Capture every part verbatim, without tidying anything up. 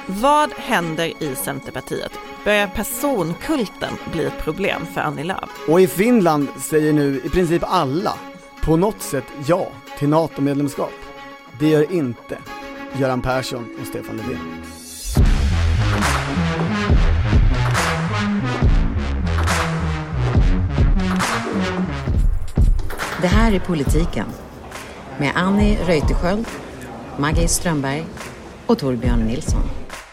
Vad händer i Centerpartiet? Börjar personkulten bli ett problem för Annie Lööf? Och i Finland säger nu i princip alla på något sätt ja till NATO-medlemskap. Det gör inte Göran Persson och Stefan Löfven. Det här är Politiken med Annie Reuterskiöld, Maggie Strömberg och Torbjörn Nilsson.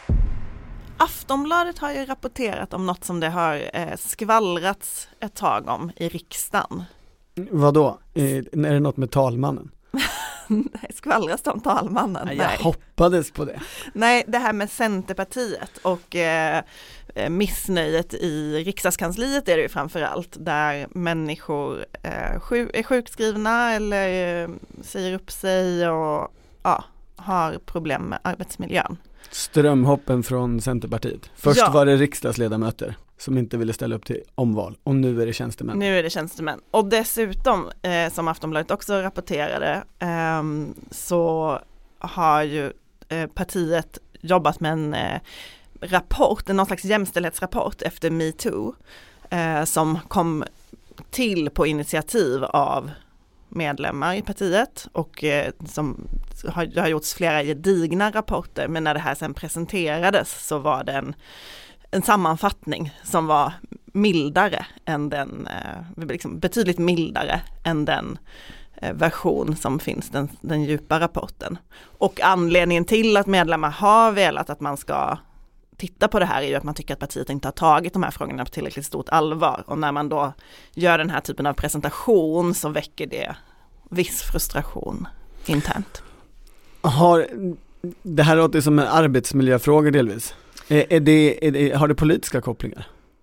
Aftonbladet har ju rapporterat om något som det har eh, skvallrats ett tag om i riksdagen. Vadå? Är det något med talmannen? Nej, skvallras det om talmannen? Nej, jag Nej. hoppades på det. Nej, det här med Centerpartiet och eh, missnöjet i riksdagskansliet är det ju framförallt, där människor eh, sjuk, är sjukskrivna eller eh, säger upp sig och ja, har problem med arbetsmiljön. Strömhoppen från Centerpartiet. Först Ja. var det riksdagsledamöter som inte ville ställa upp till omval, och nu är det tjänstemän. Nu är det tjänstemän. Och dessutom, eh, som Aftonbladet också rapporterade, eh, så har ju eh, partiet jobbat med en eh, rapport, någon slags jämställdhetsrapport efter MeToo, eh, som kom till på initiativ av medlemmar i partiet och eh, som har, det har gjorts flera gedigna rapporter, men när det här sen presenterades så var det en, en sammanfattning som var mildare än den, eh, liksom betydligt mildare än den eh, version som finns, den, den djupa rapporten. Och anledningen till att medlemmar har velat att man ska titta på det här är ju att man tycker att partiet inte har tagit de här frågorna på tillräckligt stort allvar. Och när man då gör den här typen av presentation så väcker det viss frustration internt. Har det här låter som en arbetsmiljöfråga delvis? Är, är det, är det, har det politiska kopplingar?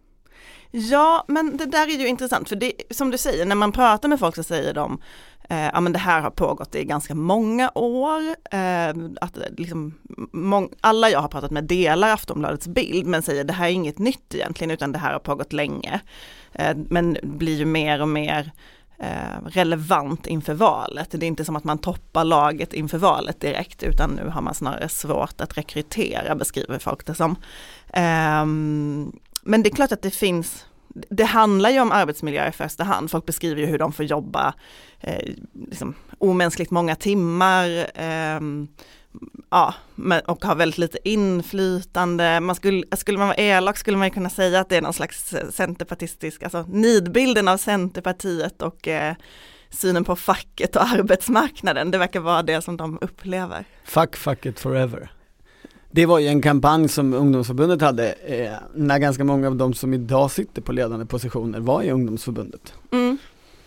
Ja, men det där är ju intressant, för det, som du säger, när man pratar med folk så säger de eh, ja, men det här har pågått i ganska många år. Eh, att liksom, mång, alla jag har pratat med delar Aftonbladets bild, men säger det här är inget nytt egentligen, utan det här har pågått länge. Eh, men blir ju mer och mer eh, relevant inför valet. Det är inte som att man toppar laget inför valet direkt, utan nu har man snarare svårt att rekrytera, beskriver folk det som. Eh, Men det är klart att det finns, det handlar ju om arbetsmiljö i första hand. Folk beskriver ju hur de får jobba eh, liksom, omänskligt många timmar eh, ja, och har väldigt lite inflytande. Man skulle, skulle man vara elak skulle man kunna säga att det är någon slags centerpartistisk, alltså nidbilden av Centerpartiet och eh, synen på facket och arbetsmarknaden. Det verkar vara det som de upplever. Fuck facket forever. Det var ju en kampanj som ungdomsförbundet hade eh, när ganska många av de som idag sitter på ledande positioner var i ungdomsförbundet. Mm.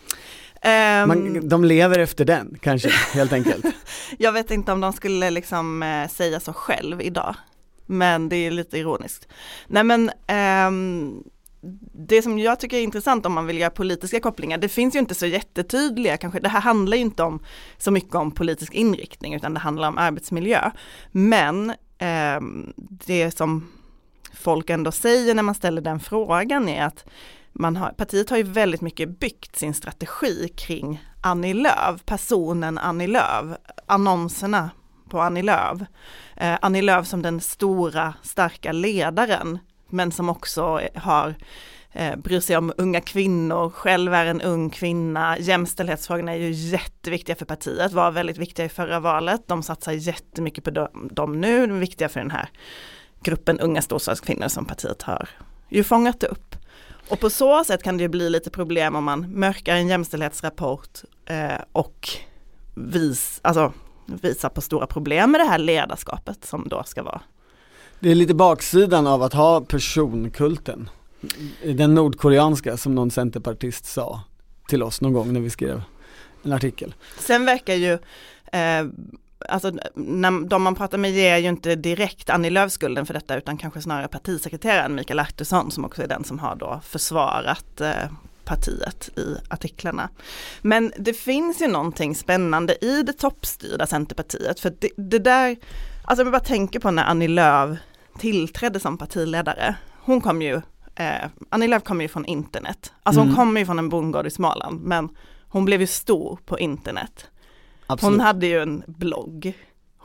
Um, Man, de lever efter den, kanske, helt enkelt. Jag vet inte om de skulle liksom eh, säga så själv idag, men det är lite ironiskt. Nej, men um, det som jag tycker är intressant om man vill göra politiska kopplingar, det finns ju inte så jättetydliga kanske. Det här handlar ju inte om så mycket om politisk inriktning, utan det handlar om arbetsmiljö. Men eh, det som folk ändå säger när man ställer den frågan är att man har, partiet har ju väldigt mycket byggt sin strategi kring Annie Lööf, personen Annie Lööf, annonserna på Annie Lööf. Eh, Annie Lööf som den stora, starka ledaren, men som också har eh, bryr sig om unga kvinnor, själv är en ung kvinna. Jämställdhetsfrågorna är ju jätteviktiga för partiet, var väldigt viktiga i förra valet. De satsar jättemycket på dem, dem nu, de är viktiga för den här gruppen unga storstadskvinnor som partiet har ju fångat upp. Och på så sätt kan det ju bli lite problem om man mörkar en jämställdhetsrapport eh, och vis, alltså, visar på stora problem med det här ledarskapet som då ska vara. Det är lite baksidan av att ha personkulten. Den nordkoreanska, som någon centerpartist sa till oss någon gång när vi skrev en artikel. Sen verkar ju eh, alltså, när de man pratar med ger ju inte direkt Annie Lööf skulden för detta, utan kanske snarare partisekreteraren Mikael Artursson, som också är den som har då försvarat eh, partiet i artiklarna. Men det finns ju någonting spännande i det toppstyrda Centerpartiet, för det, det där, alltså jag bara tänker på när Annie Lööf tillträdde som partiledare. Hon kom ju, eh, Annie Lööf kom ju från internet. Alltså hon mm. kommer ju från en bondgård i Småland, men hon blev ju stor på internet. Absolut. Hon hade ju en blogg.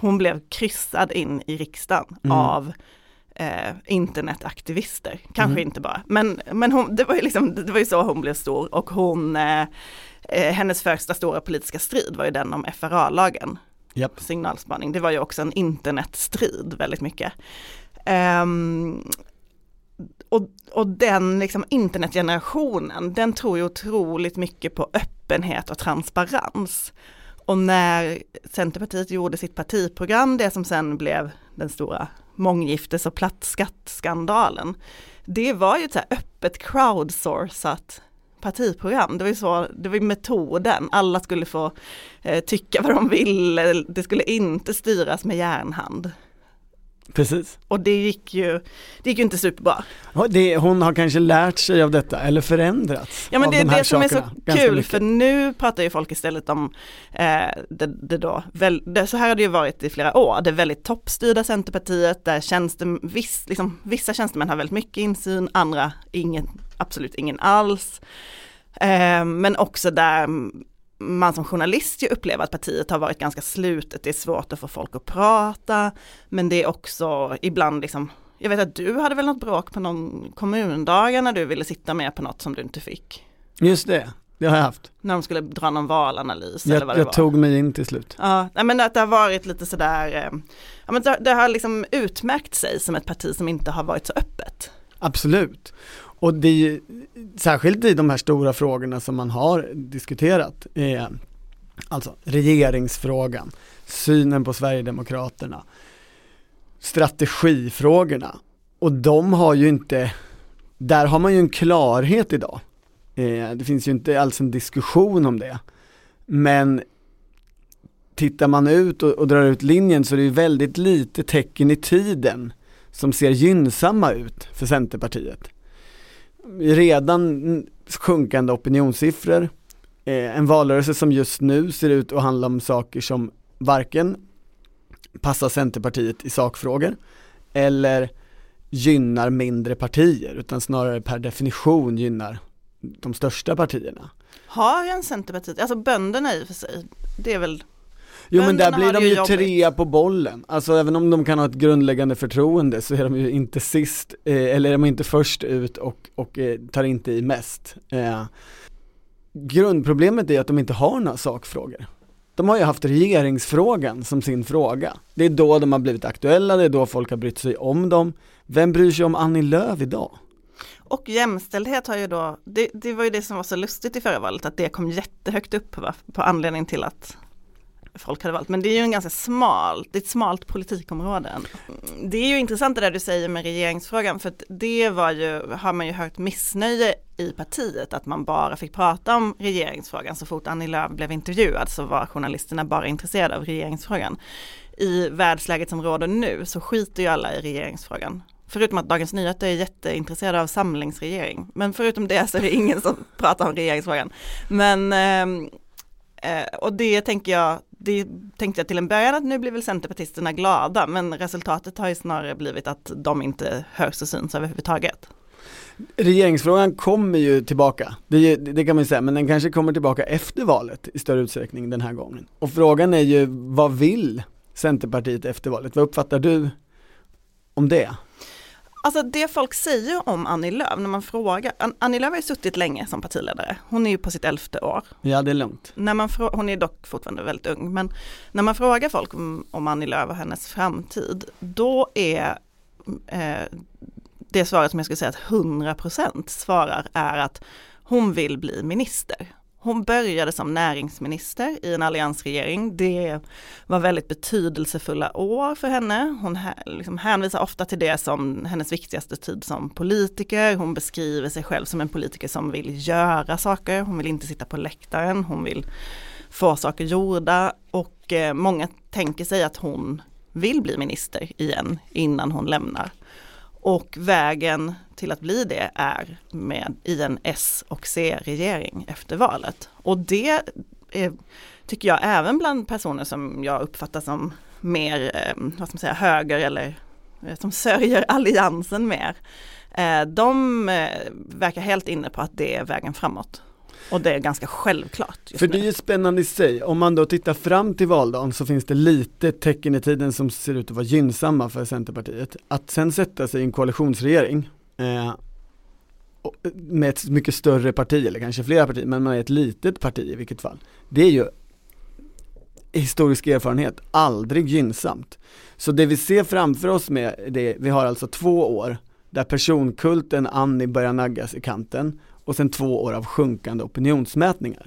hon blev kryssad in i riksdagen mm. av eh, internetaktivister. Kanske mm. inte bara. Men, men hon, det, var ju liksom, det var ju så hon blev stor. Och hon, eh, hennes första stora politiska strid var ju den om F R A-lagen. Yep. Signalspaning. Det var ju också en internetstrid väldigt mycket. Um, och, och den liksom internetgenerationen, den tror ju otroligt mycket på öppenhet och transparens. Och när Centerpartiet gjorde sitt partiprogram, det som sen blev den stora månggiftes- och plattskattskandalen, det var ju ett så här öppet crowdsourcat partiprogram. Det var ju så, det var ju metoden. Alla skulle få eh, tycka vad de ville. Det skulle inte styras med järnhand. Precis. Och det gick ju, det gick ju inte superbra. Ja, det, hon har kanske lärt sig av detta eller förändrats. Ja, men det är de det som sakerna. är så kul, för nu pratar ju folk istället om eh, det, det då, väl, det, så här har det ju varit i flera år, det väldigt toppstyrda Centerpartiet, där tjänste, viss, liksom, vissa tjänstemän har väldigt mycket insyn, andra ingen, absolut ingen alls. Eh, men också där man som journalist ju upplever att partiet har varit ganska slutet, det är svårt att få folk att prata, men det är också ibland liksom, jag vet att du hade väl något bråk på någon kommundagar när du ville sitta med på något som du inte fick. Just det, det har jag haft. När de skulle dra någon valanalys jag, eller vad det jag var. Jag tog mig in till slut. Ja, men att det har varit lite sådär, ja, men det, det har liksom utmärkt sig som ett parti som inte har varit så öppet. Absolut. Och det är ju, särskilt i de här stora frågorna som man har diskuterat, eh, alltså regeringsfrågan, synen på Sverigedemokraterna, strategifrågorna. Och de har ju inte, där har man ju en klarhet idag. Eh, det finns ju inte alls en diskussion om det. Men tittar man ut och, och drar ut linjen så är det ju väldigt lite tecken i tiden som ser gynnsamma ut för Centerpartiet. Redan sjunkande opinionssiffror, eh, en valrörelse som just nu ser ut att handla om saker som varken passar Centerpartiet i sakfrågor eller gynnar mindre partier, utan snarare per definition gynnar de största partierna. Har en Centerpartiet, alltså bönderna i och för sig, det är väl... Jo, men där blir de ju jobbigt. trea på bollen. Alltså även om de kan ha ett grundläggande förtroende så är de ju inte sist, eh, eller är de inte först ut och, och eh, tar inte i mest. Eh, grundproblemet är att de inte har några sakfrågor. De har ju haft regeringsfrågan som sin fråga. Det är då de har blivit aktuella, det är då folk har brytt sig om dem. Vem bryr sig om Annie Lööf idag? Och jämställdhet har ju då, det, det var ju det som var så lustigt i förra valet, att det kom jättehögt upp va, på anledning till att folk hade valt. Men det är ju en ganska smalt, det är ett smalt politikområde. Det är ju intressant det där du säger med regeringsfrågan, för att det var ju, har man ju hört missnöje i partiet, att man bara fick prata om regeringsfrågan. Så fort Annie Lööf blev intervjuad så var journalisterna bara intresserade av regeringsfrågan. I världsläget som råder nu så skiter ju alla i regeringsfrågan. Förutom att Dagens Nyheter är jätteintresserade av samlingsregering. Men förutom det så är det ingen som pratar om regeringsfrågan. Men, eh, och det tänker jag, det tänkte jag till en början att nu blir väl centerpartisterna glada. Men resultatet har ju snarare blivit att de inte hörs och syns överhuvudtaget. Regeringsfrågan kommer ju tillbaka, det, det kan man ju säga, men den kanske kommer tillbaka efter valet i större utsträckning den här gången. Och frågan är ju, vad vill Centerpartiet efter valet? Vad uppfattar du om det? Alltså det folk säger om Annie Lööf när man frågar, Annie Lööf har ju suttit länge som partiledare, hon är ju på sitt elfte år. Ja, det är långt. När man frå- hon är dock fortfarande väldigt ung, men när man frågar folk om, om Annie Lööf och hennes framtid, då är eh, det svaret som jag skulle säga att hundra procent svarar är att hon vill bli minister. Hon började som näringsminister i en alliansregering. Det var väldigt betydelsefulla år för henne. Hon liksom hänvisar ofta till det som hennes viktigaste tid som politiker. Hon beskriver sig själv som en politiker som vill göra saker. Hon vill inte sitta på läktaren. Hon vill få saker gjorda. Och eh, många tänker sig att hon vill bli minister igen innan hon lämnar. Och vägen till att bli det är med i en S- och C-regering efter valet. Och det är, tycker jag även bland personer som jag uppfattar som mer eh, vad ska man säga, höger eller eh, som sörjer alliansen mer. Eh, de eh, verkar helt inne på att det är vägen framåt. Och det är ganska självklart just För nu. det är ju spännande i sig. Om man då tittar fram till valdagen så finns det lite tecken i tiden som ser ut att vara gynnsamma för Centerpartiet. Att sen sätta sig i en koalitionsregering eh, med ett mycket större parti, eller kanske flera partier, men man är ett litet parti i vilket fall. Det är ju historisk erfarenhet aldrig gynnsamt. Så det vi ser framför oss med det, vi har alltså två år där personkulten Annie börjar naggas i kanten och sen två år av sjunkande opinionsmätningar.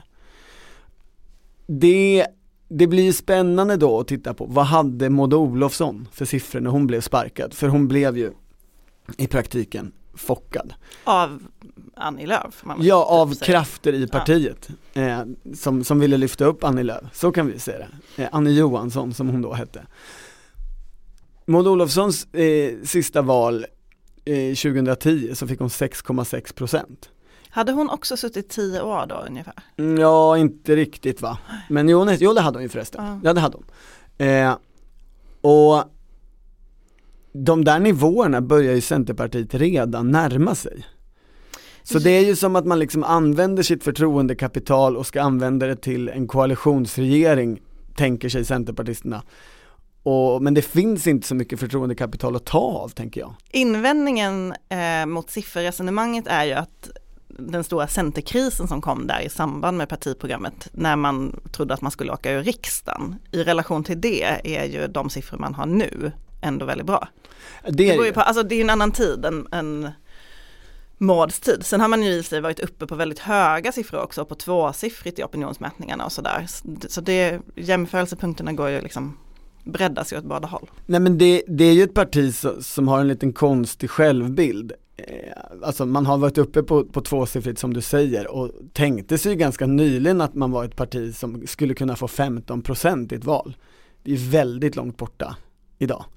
Det, det blir spännande då att titta på vad hade Maud Olofsson för siffror när hon blev sparkad, för hon blev ju i praktiken fockad. Av Annie Lööf? Ja, av säga. krafter i partiet ja. eh, som, som ville lyfta upp Annie Lööf. Så kan vi säga det. Eh, Annie Johansson som hon då hette. Maud Olofssons eh, sista val eh, tjugohundratio så fick hon sex komma sex procent. Hade hon också suttit tio år då ungefär? Mm, ja, inte riktigt va. Men jo, jo det hade hon ju förresten. Ja, ja det hade hon. Eh, och de där nivåerna börjar ju Centerpartiet redan närma sig. Så det är ju som att man liksom använder sitt förtroendekapital och ska använda det till en koalitionsregering, tänker sig centerpartisterna. Och, men det finns inte så mycket förtroendekapital att ta av, tänker jag. Invändningen eh, mot sifferresonemanget är ju att den stora centerkrisen som kom där i samband med partiprogrammet, när man trodde att man skulle åka ur riksdagen, i relation till det är ju de siffror man har nu ändå väldigt bra. Det, det, går ju på, alltså det är ju en annan tid än, än Mauds tid. Sen har man ju i sig varit uppe på väldigt höga siffror också, på tvåsiffrigt i opinionsmätningarna och sådär. Så det, jämförelsepunkterna går ju liksom, breddas ju åt båda håll. Nej men det, det är ju ett parti så, som har en liten konstig självbild. Eh, alltså man har varit uppe på, på tvåsiffrigt som du säger och tänkte sig ju ganska nyligen att man var ett parti som skulle kunna få femton procent i ett val. Det är väldigt långt borta idag.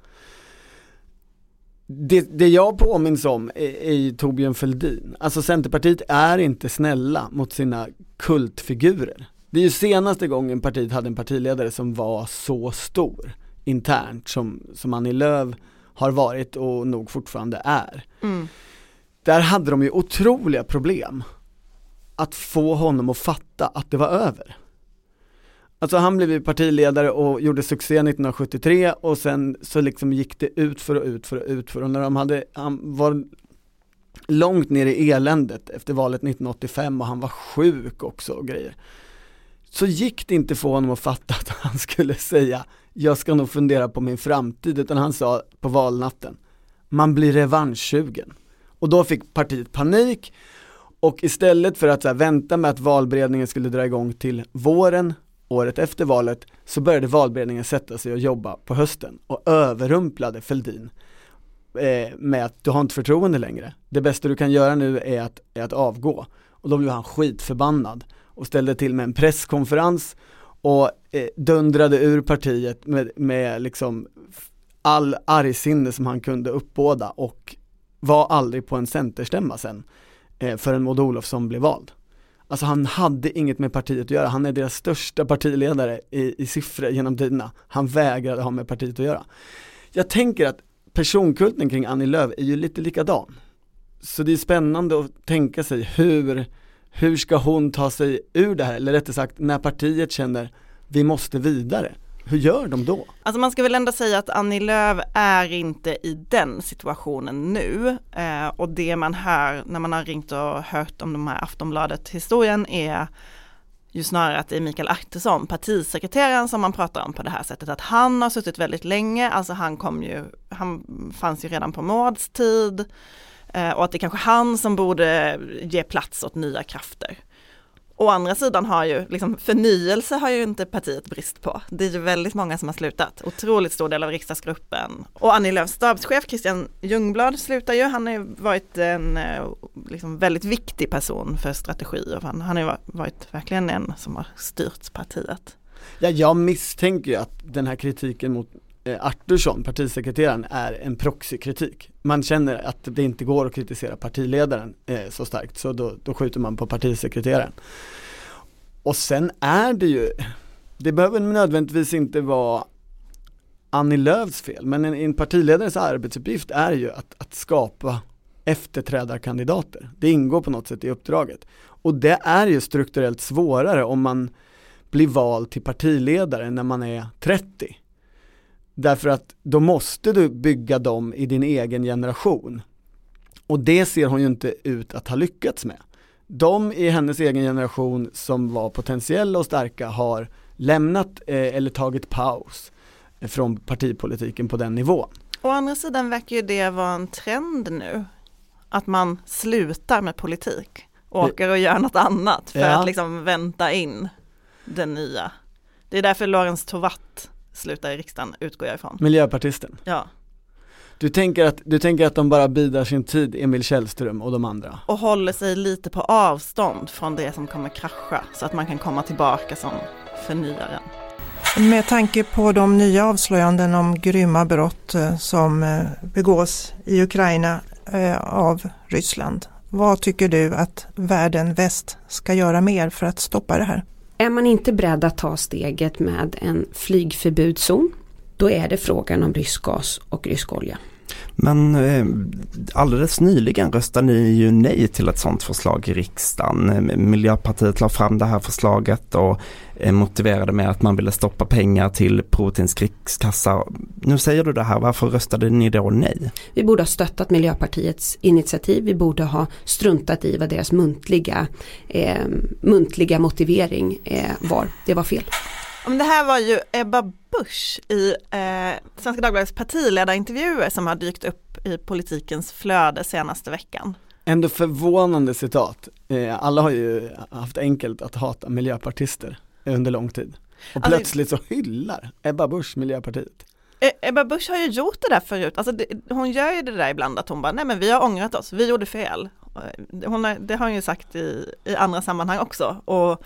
Det, det jag påminns om är, är ju Torbjörn Fälldin. Alltså Centerpartiet är inte snälla mot sina kultfigurer. Det är ju senaste gången partiet hade en partiledare som var så stor internt som, som Annie Lööf har varit och nog fortfarande är. Mm. Där hade de ju otroliga problem att få honom att fatta att det var över. Alltså han blev ju partiledare och gjorde succé nittonhundrasjuttiotre och sen så liksom gick det ut för och ut för och ut för och när de hade, han var långt ner i eländet efter valet nittonhundraåttiofem och han var sjuk också och grejer. Så gick det inte få honom att fatta att han skulle säga jag ska nog fundera på min framtid, utan han sa på valnatten man blir revanschsugen. Och då fick partiet panik och istället för att så här, vänta med att valberedningen skulle dra igång till våren året efter valet så började valberedningen sätta sig och jobba på hösten och överrumplade Fälldin eh, med att du har inte förtroende längre. Det bästa du kan göra nu är att, är att avgå. Och då blev han skitförbannad och ställde till med en presskonferens och eh, dundrade ur partiet med, med liksom all argsinne som han kunde uppbåda och var aldrig på en centerstämma sen eh, förrän Maud Olofsson blev vald. Alltså han hade inget med partiet att göra. Han är deras största partiledare i, i siffror genom tiderna. Han vägrade ha med partiet att göra. Jag tänker att personkulten kring Annie Lööf är ju lite likadan. Så det är spännande att tänka sig hur, hur ska hon ta sig ur det här? Eller rättare sagt, när partiet känner vi måste vidare. Hur gör de då? Alltså man ska väl ändå säga att Annie Lööf är inte i den situationen nu. Eh, och det man hör när man har ringt och hört om de här Aftonbladet-historien är ju snarare att det är Mikael Artursson, partisekreteraren, som man pratar om på det här sättet. Att han har suttit väldigt länge, alltså han kom ju, han fanns ju redan på Mauds tid. Eh, och att det är kanske han som borde ge plats åt nya krafter. Å andra sidan har ju liksom, förnyelse har ju inte partiet brist på. Det är ju väldigt många som har slutat. Otroligt stor del av riksdagsgruppen. Och Annie Lööfs stabschef Christian Ljungblad slutar ju. Han har ju varit en liksom, väldigt viktig person för strategi. Och han, han har ju varit verkligen en som har styrt partiet. Ja, jag misstänker ju att den här kritiken mot Artursson, partisekreteraren, är en proxykritik. Man känner att det inte går att kritisera partiledaren eh, så starkt, så då, då skjuter man på partisekreteraren. Och sen är det ju, det behöver nödvändigtvis inte vara Annie Lööfs fel, men en, en partiledares arbetsuppgift är ju att, att skapa efterträdarkandidater. Det ingår på något sätt i uppdraget. Och det är ju strukturellt svårare om man blir vald till partiledare när man är trettio. Därför att då måste du bygga dem i din egen generation. Och det ser hon ju inte ut att ha lyckats med. De i hennes egen generation som var potentiella och starka har lämnat eh, eller tagit paus från partipolitiken på den nivån. Å andra sidan verkar ju det vara en trend nu. Att man slutar med politik och åker och gör något annat för ja. att liksom vänta in den nya. Det är därför Lorentz Tovatt slutar i riksdagen, utgår jag ifrån. Miljöpartisten. Ja. Du tänker att, du tänker att de bara bidar sin tid, Emil Källström och de andra? Och håller sig lite på avstånd från det som kommer krascha så att man kan komma tillbaka som förnyaren. Med tanke på de nya avslöjanden om grymma brott som begås i Ukraina av Ryssland, vad tycker du att världen väst ska göra mer för att stoppa det här? Är man inte beredd att ta steget med en flygförbudszon, då är det frågan om rysk gas och rysk olja. Men eh, alldeles nyligen röstade ni ju nej till ett sådant förslag i riksdagen. Miljöpartiet la fram det här förslaget och eh, motiverade med att man ville stoppa pengar till Putins krigskassa. Nu säger du det här, varför röstade ni då nej? Vi borde ha stöttat Miljöpartiets initiativ. Vi borde ha struntat i vad deras muntliga, eh, muntliga motivering eh, var. Det var fel. Det här var ju Ebba Busch i eh, Svenska Dagbladets partiledarintervjuer som har dykt upp i politikens flöde senaste veckan. Ändå förvånande citat. Eh, alla har ju haft enkelt att hata miljöpartister under lång tid. Och alltså, plötsligt så hyllar Ebba Busch Miljöpartiet. Ebba Busch har ju gjort det där förut. Alltså det, hon gör ju det där ibland att hon bara, nej men vi har ångrat oss, vi gjorde fel. Hon har, det har hon ju sagt i, i andra sammanhang också. Och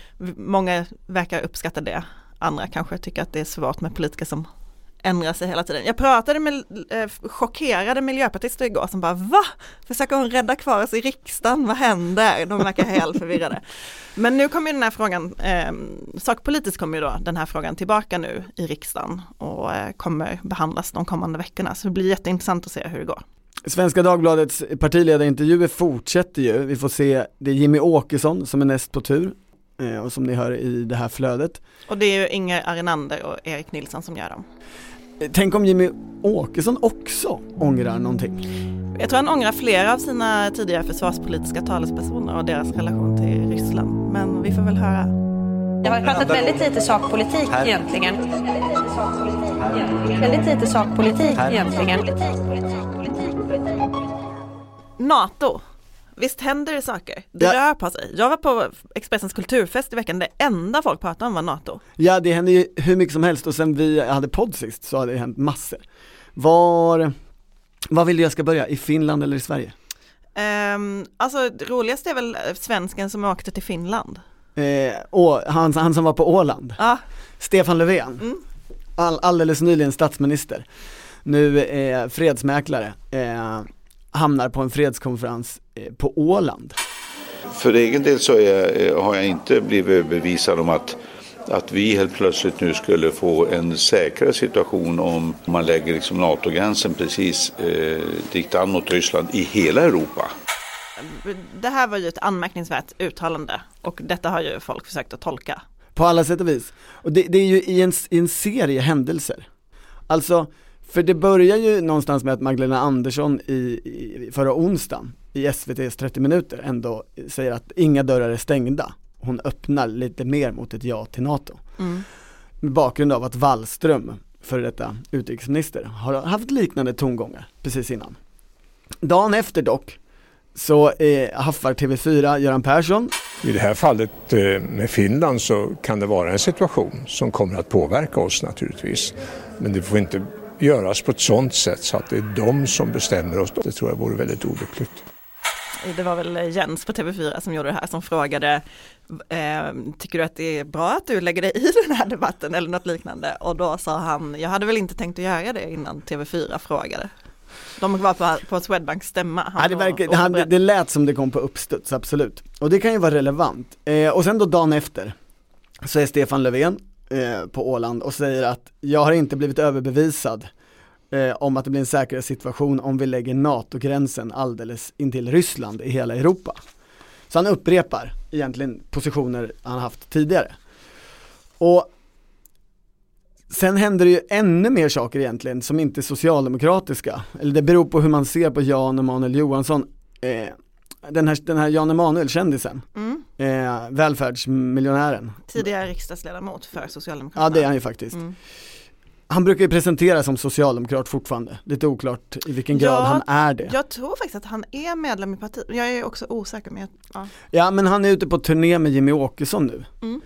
många verkar uppskatta det. Andra kanske tycker att det är svårt med politiker som ändrar sig hela tiden. Jag pratade med eh, chockerade miljöpartister igår som bara, va? Försöker hon rädda kvar oss i riksdagen? Vad händer? De verkar helt förvirrade. Men nu kommer ju den här frågan, eh, sakpolitiskt kommer ju då den här frågan tillbaka nu i riksdagen och eh, kommer behandlas de kommande veckorna. Så det blir jätteintressant att se hur det går. Svenska Dagbladets partiledarintervjuer fortsätter ju. Vi får se, det är Jimmy Åkesson som är näst på tur. Och som ni hör i det här flödet. Och det är ju Inger Arenander och Erik Nilsson som gör dem. Tänk om Jimmy Åkesson också ångrar någonting. Jag tror han ångrar flera av sina tidigare försvarspolitiska talespersoner och deras relation till Ryssland. Men vi får väl höra. Jag har pratat väldigt lite sakpolitik egentligen. Väldigt lite sakpolitik egentligen. NATO. Visst händer det saker? Det ja. rör på sig. Jag var på Expressens kulturfest i veckan. Det enda folk pratade om var NATO. Ja, det händer ju hur mycket som helst. Och sen vi hade podd sist så hade det hänt massor. Var, vad vill jag ska börja? I Finland eller i Sverige? Um, alltså, det roligaste är väl svensken som åkte till Finland. Eh, och han, han som var på Åland. Ah. Stefan Löfven. Mm. All, alldeles nyligen statsminister. Nu är fredsmäklare. Eh, hamnar på en fredskonferens på Åland. För egen del så är, har jag inte blivit överbevisad om att, att vi helt plötsligt nu skulle få en säkrare situation om man lägger liksom NATO-gränsen precis eh, dikt an mot Ryssland i hela Europa. Det här var ju ett anmärkningsvärt uttalande och detta har ju folk försökt att tolka. På alla sätt och vis. Och det, det är ju i en, i en serie händelser. Alltså, för det börjar ju någonstans med att Magdalena Andersson i, i förra onsdagen i S V T:s trettio minuter ändå säger att inga dörrar är stängda. Hon öppnar lite mer mot ett ja till NATO. Mm. Med bakgrund av att Wallström, för detta utrikesminister, har haft liknande tongångar precis innan. Dagen efter dock så eh, haffar T V fyra Göran Persson. I det här fallet eh, med Finland så kan det vara en situation som kommer att påverka oss naturligtvis. Men det får inte göras på ett sådant sätt så att det är de som bestämmer oss. Det tror jag vore väldigt olyckligt. Det var väl Jens på T V fyra som gjorde det här, som frågade eh, tycker du att det är bra att du lägger dig i den här debatten eller något liknande? Och då sa han, jag hade väl inte tänkt att göra det innan T V fyra frågade. De var på, på Swedbanks stämma. Ja, det, verkar, han, det, det lät som det kom på uppstuds, absolut. Och det kan ju vara relevant. Eh, och sen då dagen efter så är Stefan Löfven eh, på Åland och säger att jag har inte blivit överbevisad eh, om att det blir en säkrare situation om vi lägger NATO-gränsen alldeles intill Ryssland i hela Europa. Så han upprepar egentligen positioner han haft tidigare. Och sen händer det ju ännu mer saker egentligen som inte är socialdemokratiska. Eller det beror på hur man ser på Jan Emanuel Johansson. Eh, den, här, den här Jan Emanuel, kändisen. Mm. Eh, välfärdsmiljonären. Tidigare riksdagsledamot för Socialdemokraterna. Ja, det är han ju faktiskt. Mm. Han brukar ju presenteras som socialdemokrat fortfarande. Lite oklart i vilken grad ja, han är det. Jag tror faktiskt att han är medlem i partiet. Jag är också osäker. Men jag, ja. ja, men han är ute på turné med Jimmy Åkesson nu. Mm.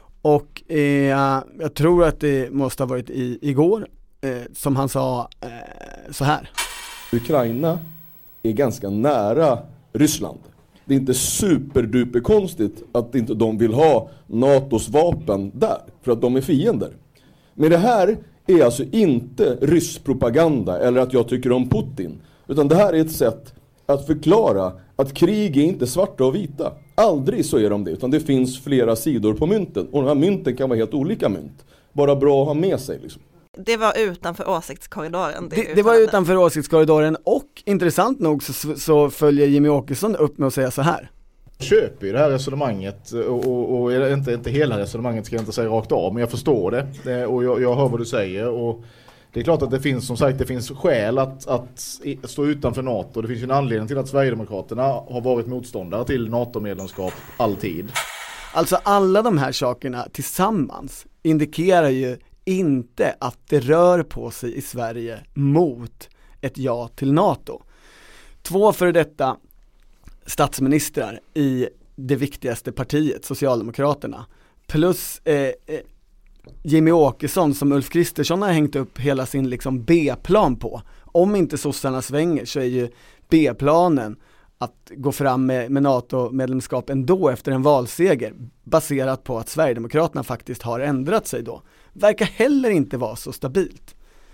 Och eh, jag tror att det måste ha varit i, igår eh, som han sa eh, så här. Ukraina är ganska nära Ryssland. Det är inte superduper konstigt att inte de vill ha NATOs vapen där. För att de är fiender. Men det här är alltså inte rysspropaganda eller att jag tycker om Putin. Utan det här är ett sätt att förklara att krig är inte svarta och vita. Aldrig så är de det, utan det finns flera sidor på mynten. Och de här mynten kan vara helt olika mynt. Bara bra att ha med sig liksom. Det var utanför åsiktskorridoren. Det, det, det var utanför åsiktskorridoren och intressant nog så, så följer Jimmy Åkesson upp med att säga så här. Köper ju det här resonemanget och, och, och inte, inte hela resonemanget ska jag inte säga rakt av, men jag förstår det, det och jag, jag hör vad du säger och det är klart att det finns som sagt det finns skäl att, att stå utanför NATO. Det finns ju en anledning till att Sverigedemokraterna har varit motståndare till NATO-medlemskap alltid. Alltså alla de här sakerna tillsammans indikerar ju inte att det rör på sig i Sverige mot ett ja till NATO. Två för detta statsministrar i det viktigaste partiet, Socialdemokraterna, plus eh, eh, Jimmy Åkesson som Ulf Kristersson har hängt upp hela sin liksom B-plan på. Om inte sossarna svänger så är ju B-planen att gå fram med, med NATO-medlemskap ändå efter en valseger baserat på att Sverigedemokraterna faktiskt har ändrat sig då. Verkar heller inte vara så stabilt.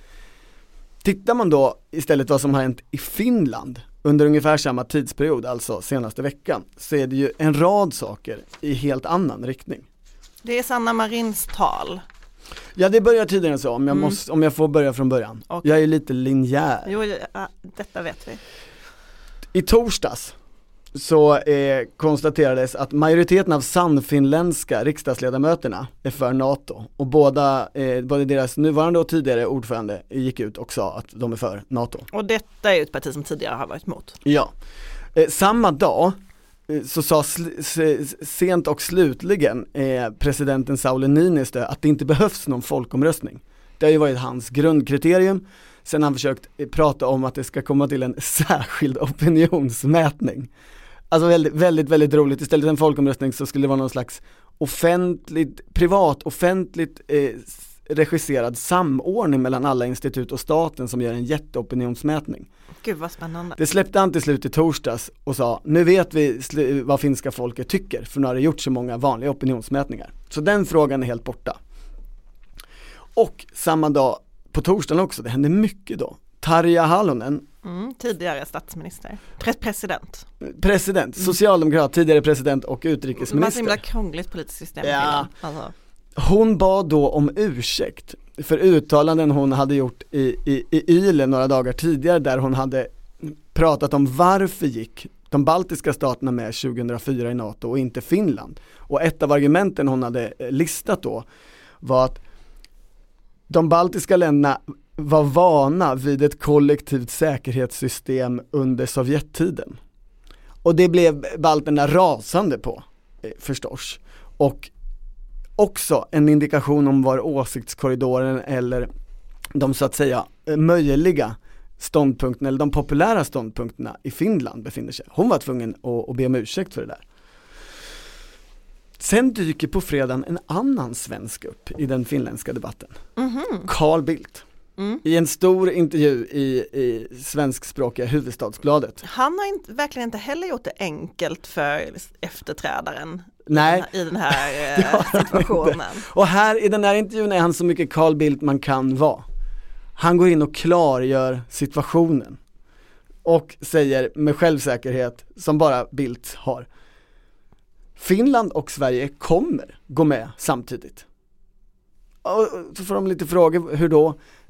Tittar man då istället vad som har hänt i Finland under ungefär samma tidsperiod, alltså senaste veckan, så är det ju en rad saker i helt annan riktning. Det är Sanna Marins tal. Ja, det börjar tidigare så, om jag, mm. måste, om jag får börja från början. Okay. Jag är lite linjär. Jo, ja, detta vet vi. I torsdags så eh, konstaterades att majoriteten av sannfinländska riksdagsledamöterna är för NATO. Och båda, eh, både deras nuvarande och tidigare ordförande gick ut och sa att de är för NATO. Och detta är ett parti som tidigare har varit emot. Ja. Eh, samma dag så sa sl- sent och slutligen eh, presidenten Sauli Niinistö att det inte behövs någon folkomröstning. Det har ju varit hans grundkriterium. Sen har han försökt eh, prata om att det ska komma till en särskild opinionsmätning. Alltså väldigt, väldigt, väldigt roligt. Istället för en folkomröstning så skulle det vara någon slags offentligt, privat, offentligt eh, regisserad samordning mellan alla institut och staten som gör en jätteopinionsmätning. Gud vad spännande. Det släppte han till slut i torsdags och sa, nu vet vi sl- vad finska folket tycker, för nu har det gjort så många vanliga opinionsmätningar. Så den frågan är helt borta. Och samma dag på torsdagen också, det hände mycket då. Tarja Halonen, mm, tidigare statsminister, Pre- president. President, socialdemokrat, tidigare president och utrikesminister. Det var så himla krångligt politiskt system. Ja. Alltså. Hon bad då om ursäkt för uttalanden hon hade gjort i, i, i Yle några dagar tidigare där hon hade pratat om varför gick de baltiska staterna med tjugohundrafyra i NATO och inte Finland. Och ett av argumenten hon hade listat då var att de baltiska länderna var vana vid ett kollektivt säkerhetssystem under Sovjettiden. Och det blev balterna rasande på, förstås. Och också en indikation om var åsiktskorridoren eller de så att säga möjliga ståndpunkterna eller de populära ståndpunkterna i Finland befinner sig. Hon var tvungen att, att be om ursäkt för det där. Sen dyker på fredagen en annan svensk upp i den finländska debatten. Mm-hmm. Carl Bildt. Mm. I en stor intervju i, i svenskspråkiga Hufvudstadsbladet. Han har inte, verkligen inte heller gjort det enkelt för efterträdaren. Nej. I den här, i den här eh, situationen. Och här i den här intervjun är han så mycket Carl Bildt man kan vara. Han går in och klargör situationen. Och säger med självsäkerhet som bara Bildt har. Finland och Sverige kommer gå med samtidigt. Och så får de lite frågor, hur då?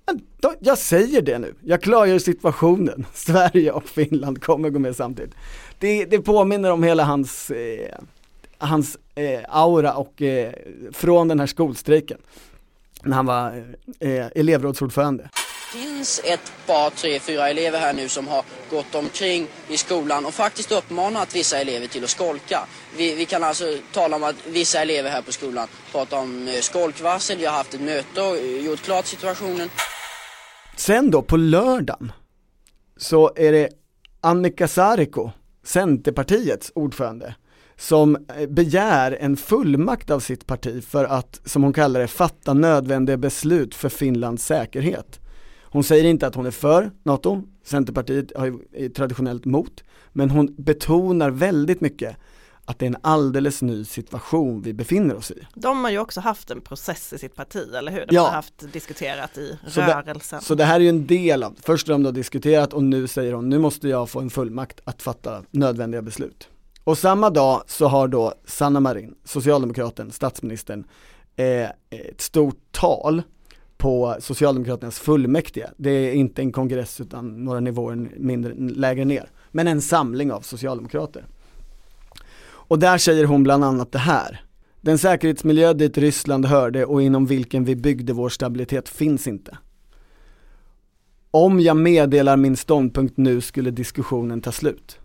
Jag säger det nu, jag klargör situationen. Sverige och Finland kommer gå med samtidigt. Det, det påminner om hela hans, eh, hans eh, aura och eh, från den här skolstrejken när han var eh, elevrådsordförande. Det finns ett par, tre, fyra elever här nu som har gått omkring i skolan och faktiskt uppmanat vissa elever till att skolka. Vi, vi kan alltså tala om att vissa elever här på skolan pratar om skolkvarsel. Vi har haft ett möte och gjort klart situationen. Sen då på lördagen så är det Annika Saarikko, Centerpartiets ordförande, som begär en fullmakt av sitt parti för att, som hon kallar det, fatta nödvändiga beslut för Finlands säkerhet. Hon säger inte att hon är för NATO, Centerpartiet är traditionellt mot, men hon betonar väldigt mycket att det är en alldeles ny situation vi befinner oss i. De har ju också haft en process i sitt parti, eller hur? De ja. har haft diskuterat i så rörelsen. Det, så det här är ju en del av, först har de då diskuterat och nu säger hon, nu måste jag få en fullmakt att fatta nödvändiga beslut. Och samma dag så har då Sanna Marin, socialdemokraten, statsministern, eh, ett stort tal på Socialdemokraternas fullmäktige. Det är inte en kongress utan några nivåer mindre, lägre ner. Men en samling av socialdemokrater. Och där säger hon bland annat det här. Den säkerhetsmiljö dit Ryssland hörde och inom vilken vi byggde vår stabilitet finns inte. Om jag meddelar min ståndpunkt nu skulle diskussionen ta slut.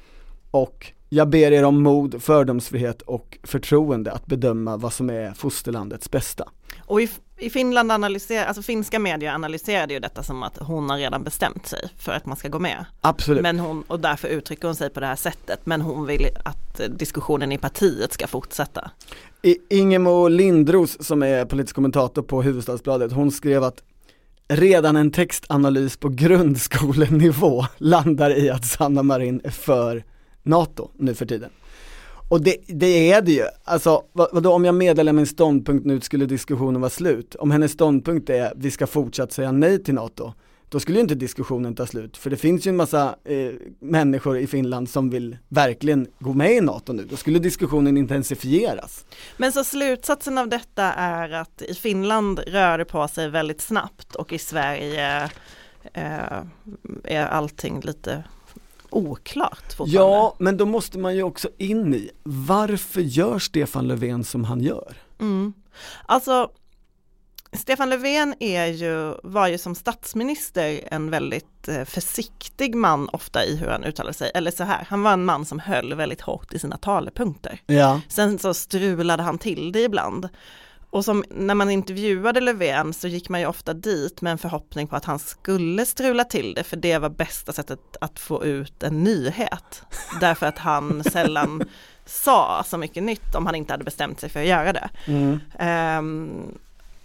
Och jag ber er om mod, fördomsfrihet och förtroende att bedöma vad som är fosterlandets bästa. Och i, i Finland analyserar, alltså finska medier analyserade ju detta som att hon har redan bestämt sig för att man ska gå med. Absolut. Men hon, och därför uttrycker hon sig på det här sättet. Men hon vill att diskussionen i partiet ska fortsätta. I, Ingemo Lindros som är politisk kommentator på Hufvudstadsbladet, hon skrev att redan en textanalys på grundskolenivå landar i att Sanna Marin är för NATO nu för tiden. Och det, det är det ju. Alltså, vad, vadå, om jag meddelar min ståndpunkt nu skulle diskussionen vara slut. Om hennes ståndpunkt är att vi ska fortsatt säga nej till NATO, då skulle ju inte diskussionen ta slut. För det finns ju en massa eh, människor i Finland som vill verkligen gå med i NATO nu. Då skulle diskussionen intensifieras. Men så slutsatsen av detta är att i Finland rör det på sig väldigt snabbt och i Sverige eh, är allting lite oklart fortfarande. Ja, men då måste man ju också in i, varför gör Stefan Löfven som han gör? Mm. Alltså, Stefan Löfven är ju, var ju som statsminister en väldigt eh, försiktig man ofta i hur han uttalade sig. Eller så här, han var en man som höll väldigt hårt i sina talepunkter. Ja. Sen så strulade han till det ibland. Och som när man intervjuade Löfven så gick man ju ofta dit med en förhoppning på att han skulle strula till det, för det var bästa sättet att få ut en nyhet. Därför att han sällan sa så mycket nytt om han inte hade bestämt sig för att göra det. Mm. Um,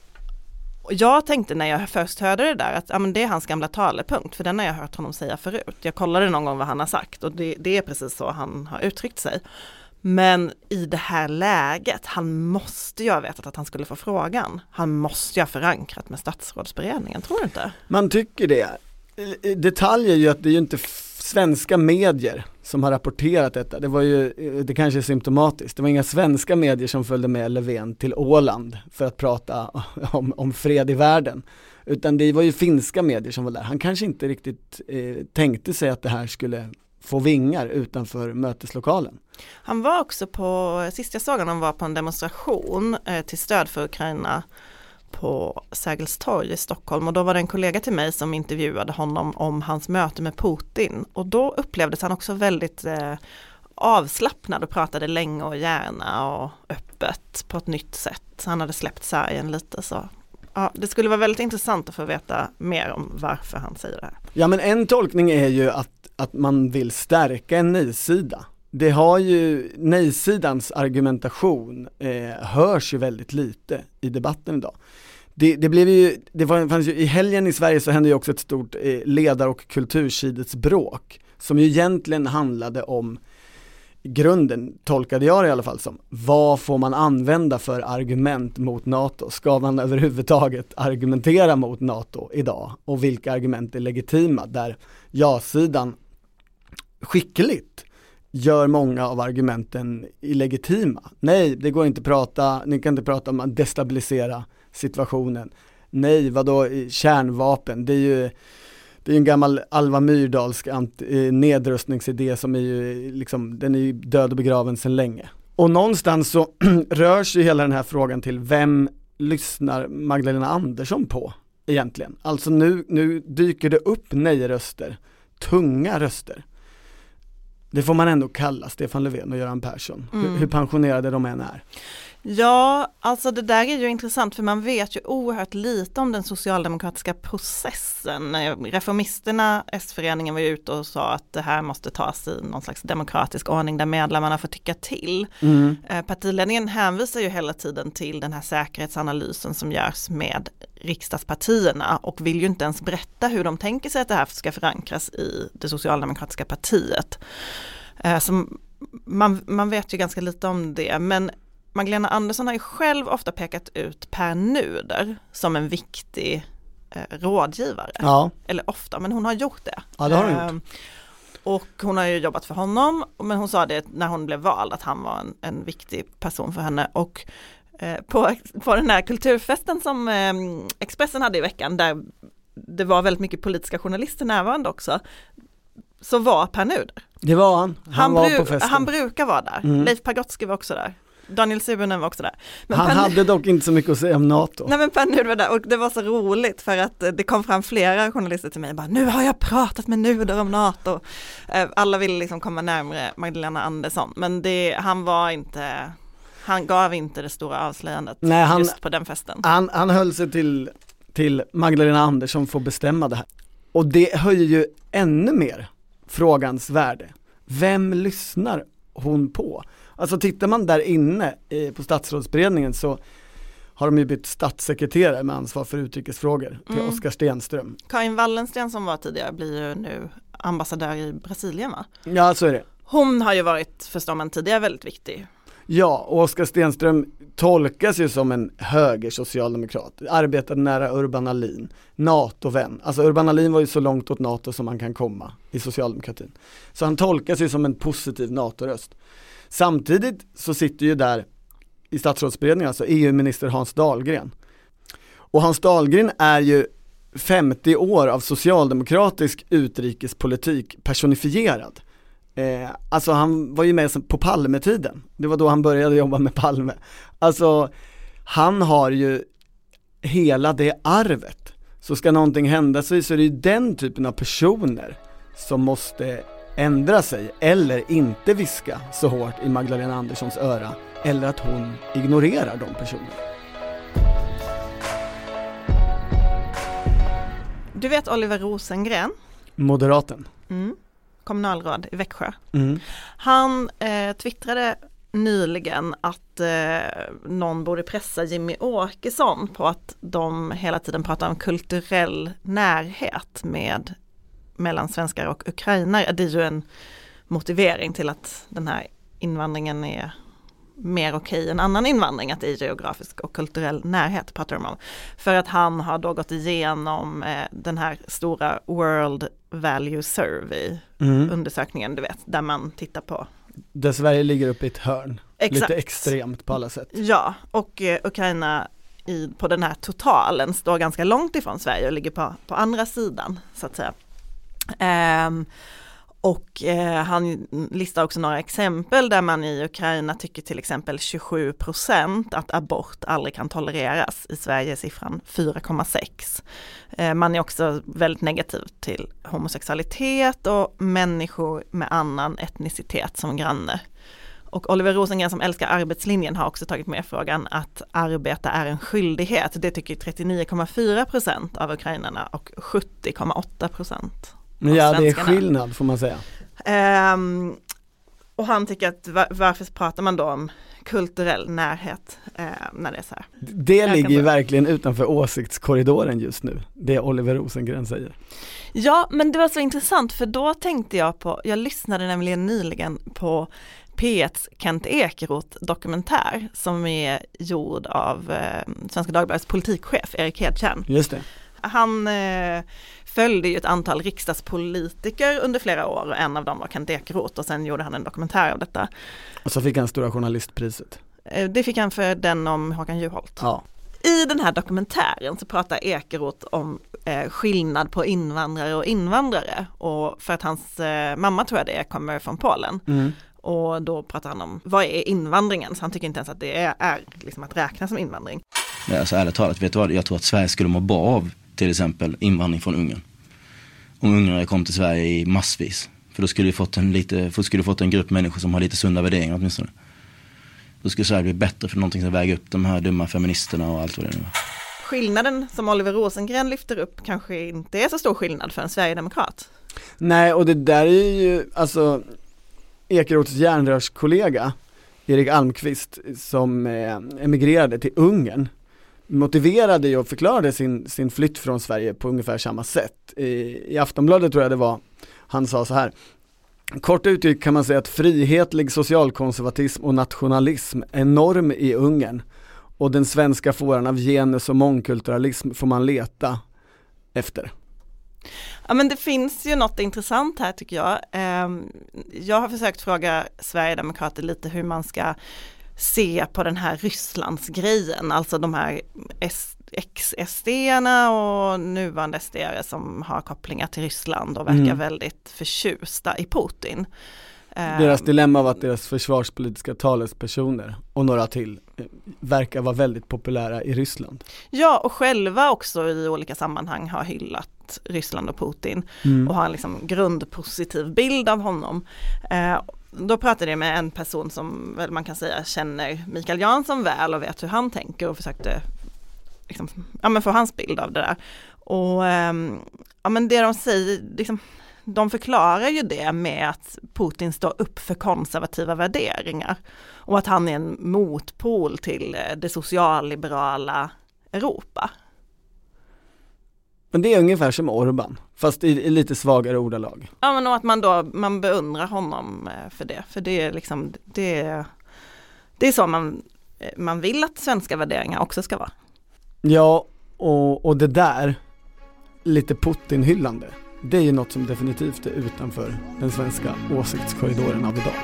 och jag tänkte när jag först hörde det där att ja, men det är hans gamla talepunkt, för den har jag hört honom säga förut. Jag kollade någon gång vad han har sagt och det, det är precis så han har uttryckt sig. Men i det här läget, han måste ju ha vetat att han skulle få frågan. Han måste ju ha förankrat med statsrådsberedningen, tror du inte? Man tycker det. Detalj är ju att det är ju inte f- svenska medier som har rapporterat detta. Det var ju, det kanske är symptomatiskt. Det var inga svenska medier som följde med Löfven till Åland för att prata om, om fred i världen. Utan det var ju finska medier som var där. Han kanske inte riktigt eh, tänkte sig att det här skulle få vingar utanför möteslokalen. Han var också på, sist jag såg han var på en demonstration eh, till stöd för Ukraina på Sergels torg i Stockholm, och då var det en kollega till mig som intervjuade honom om hans möte med Putin, och då upplevdes han också väldigt eh, avslappnad och pratade länge och gärna och öppet på ett nytt sätt. Han hade släppt sargen lite, så ja, det skulle vara väldigt intressant att få veta mer om varför han säger det här. Ja, men en tolkning är ju att, att man vill stärka en nej-sida. Det har ju, nej-sidans argumentation eh, hörs ju väldigt lite i debatten idag. Det, det blev ju, det var, fanns ju, i helgen i Sverige så hände ju också ett stort eh, ledar- och kultursidets bråk som ju egentligen handlade om, grunden tolkade jag det i alla fall som, vad får man använda för argument mot NATO? Ska man överhuvudtaget argumentera mot NATO idag? Och vilka argument är legitima? Där ja-sidan skickligt gör många av argumenten illegitima. Nej, det går inte att prata, ni kan inte prata om att destabilisera situationen. nej vadå kärnvapen, det är ju det är en gammal Alva Myrdalsk ant, eh, nedrustningsidé som är ju liksom, den är ju död och begraven sedan länge. Och någonstans så rör sig hela den här frågan till vem lyssnar Magdalena Andersson på egentligen? Alltså nu, nu dyker det upp nej-röster, tunga röster. Det får man ändå kalla Stefan Löfven och Göran Persson, mm. hur, hur pensionerade de än är. Ja, alltså det där är ju intressant för man vet ju oerhört lite om den socialdemokratiska processen. Reformisterna, S-föreningen var ju ute och sa att det här måste tas i någon slags demokratisk ordning där medlemmarna får tycka till. Mm. Partiledningen hänvisar ju hela tiden till den här säkerhetsanalysen som görs med riksdagspartierna och vill ju inte ens berätta hur de tänker sig att det här ska förankras i det socialdemokratiska partiet. Så man, man vet ju ganska lite om det, men Magdalena Andersson har ju själv ofta pekat ut Pär Nuder som en viktig eh, rådgivare. Ja. Eller ofta, men hon har gjort det. Ja, det har hon gjort. Eh, och hon har ju jobbat för honom, men hon sa det när hon blev vald att han var en, en viktig person för henne. Och eh, på, på den här kulturfesten som eh, Expressen hade i veckan, där det var väldigt mycket politiska journalister närvarande också, så var Pär Nuder. Det var han. Han, han var bru- på festen. Han brukar vara där. Mm. Leif Pagrotsky var också där. Daniel Suhonen var också där. Men han Pan... hade dock inte så mycket att säga om NATO. Nej, men Pär Nuder var där och det var så roligt för att det kom fram flera journalister till mig och bara, nu har jag pratat med Nuder om NATO. Alla ville liksom komma närmare Magdalena Andersson, men det, han var inte, han gav inte det stora avslöjandet. Nej, han, just på den festen. Han, han höll sig till, till Magdalena Andersson får bestämma det här. Och det höjer ju ännu mer frågans värde. Vem lyssnar hon på? Alltså tittar man där inne eh, på statsrådsberedningen så har de ju bytt statssekreterare med ansvar för utrikesfrågor till mm. Oskar Stenström. Karin Wallensten som var tidigare blir ju nu ambassadör i Brasilien, va? Ja, så är det. Hon har ju varit, förstår man tidigare, väldigt viktig. Ja, och Oskar Stenström tolkas ju som en höger socialdemokrat. Arbetade nära Urban Ahlin, NATO-vän. Alltså Urban Ahlin var ju så långt åt NATO som man kan komma i socialdemokratin. Så han tolkas ju som en positiv NATO-röst. Samtidigt så sitter ju där i statsrådsberedningen alltså E U-minister Hans Dahlgren. Och Hans Dahlgren är ju femtio år av socialdemokratisk utrikespolitik personifierad. Eh, alltså han var ju med på Palme-tiden. Det var då han började jobba med Palme. Alltså han har ju hela det arvet. Så ska någonting hända sig så är det ju den typen av personer som måste ändra sig eller inte viska så hårt i Magdalena Anderssons öra eller att hon ignorerar de personerna. Du vet Oliver Rosengren? Moderaten. Mm. Kommunalråd i Växjö. Mm. Han eh, twittrade nyligen att eh, någon borde pressa Jimmy Åkesson på att de hela tiden pratar om kulturell närhet med mellan svenskar och ukrainare. Det är ju en motivering till att den här invandringen är mer okej än annan invandring, att det är geografisk och kulturell närhet pratar de om. För att han har då gått igenom eh, den här stora World Value Survey mm. undersökningen, du vet, där man tittar på. Där Sverige ligger uppe i ett hörn. Exakt. Lite extremt på alla sätt. Ja, och eh, Ukraina i, på den här totalen står ganska långt ifrån Sverige och ligger på, på andra sidan, så att säga. Um, och eh, han listar också några exempel där man i Ukraina tycker till exempel tjugosju procent att abort aldrig kan tolereras. I Sverige är siffran fyra komma sex. Eh, man är också väldigt negativ till homosexualitet och människor med annan etnicitet som granne. Och Oliver Rosengren som älskar arbetslinjen har också tagit med frågan att arbeta är en skyldighet. Det tycker trettionio komma fyra procent av ukrainarna och sjuttio komma åtta procent. Ja, det är skillnad får man säga. Um, och han tycker att var, varför pratar man då om kulturell närhet uh, när det är så här? Det Jag ligger ju verkligen utanför åsiktskorridoren just nu, det Oliver Rosengren säger. Ja, men det var så intressant för då tänkte jag på, jag lyssnade nämligen nyligen på P etts Kent Ekeroth dokumentär som är gjord av eh, Svenska Dagbladets politikchef Erik Hedtjärn. Just det. Han eh, följde ju ett antal riksdagspolitiker under flera år och en av dem var Kent Ekeroth och sen gjorde han en dokumentär av detta. Och så fick han Stora journalistpriset. Eh, det fick han för den om Håkan Juholt. Ja. I den här dokumentären så pratar Ekeroth om eh, skillnad på invandrare och invandrare. Och för att hans eh, mamma, tror jag det är, kommer från Polen. Mm. Och då pratar han om vad är invandringen. Så han tycker inte ens att det är, är liksom att räkna som invandring. Ja, alltså, ärligt talat, vet du vad? Jag tror att Sverige skulle må bra av till exempel invandring från Ungern. Om ungrare kom till Sverige i massvis. För då skulle vi fått en, lite, för skulle vi fått en grupp människor som har lite sunda värderingar åtminstone. Då skulle Sverige bli bättre för någonting som väger upp de här dumma feministerna och allt vad det nu är. Skillnaden som Oliver Rosengren lyfter upp kanske inte är så stor skillnad för en Sverigedemokrat. Nej, och det där är ju, alltså Ekeroths järnrörskollega Erik Almqvist som eh, emigrerade till Ungern motiverade ju och förklarade sin, sin flytt från Sverige på ungefär samma sätt. I, i Aftonbladet tror jag det var, han sa så här: kort uttryckt kan man säga att frihetlig socialkonservatism och nationalism är norm i Ungern, och den svenska fåran av genus och mångkulturalism får man leta efter. Ja, men det finns ju något intressant här tycker jag. Jag har försökt fråga Sverigedemokrater lite hur man ska se på den här Rysslandsgrejen, alltså de här ex-S D-erna och nuvarande S D-are som har kopplingar till Ryssland och verkar mm. väldigt förtjusta i Putin. Deras dilemma var att deras försvarspolitiska talespersoner och några till verkar vara väldigt populära i Ryssland. Ja, och själva också i olika sammanhang har hyllat Ryssland och Putin mm. och har en liksom grundpositiv bild av honom. Eh, då pratade jag med en person som väl man kan säga känner Mikael Jansson väl och vet hur han tänker och försökte liksom, ja, men få hans bild av det där. Och eh, ja, men det de säger liksom, de förklarar ju det med att Putin står upp för konservativa värderingar och att han är en motpol till det socialliberala Europa. Men det är ungefär som Orban, fast i, i lite svagare ordalag. Ja, men och att man då man beundrar honom för det, för det är liksom det, det är så man, man vill att svenska värderingar också ska vara. Ja, och, och det där lite Putin-hyllande. Det är ju något som definitivt är utanför den svenska åsiktskorridoren av idag.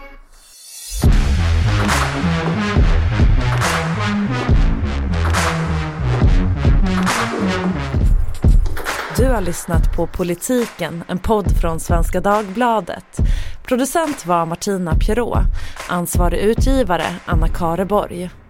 Du har lyssnat på Politiken, en podd från Svenska Dagbladet. Producent var Martina Pierrot, ansvarig utgivare Anna Kareborg.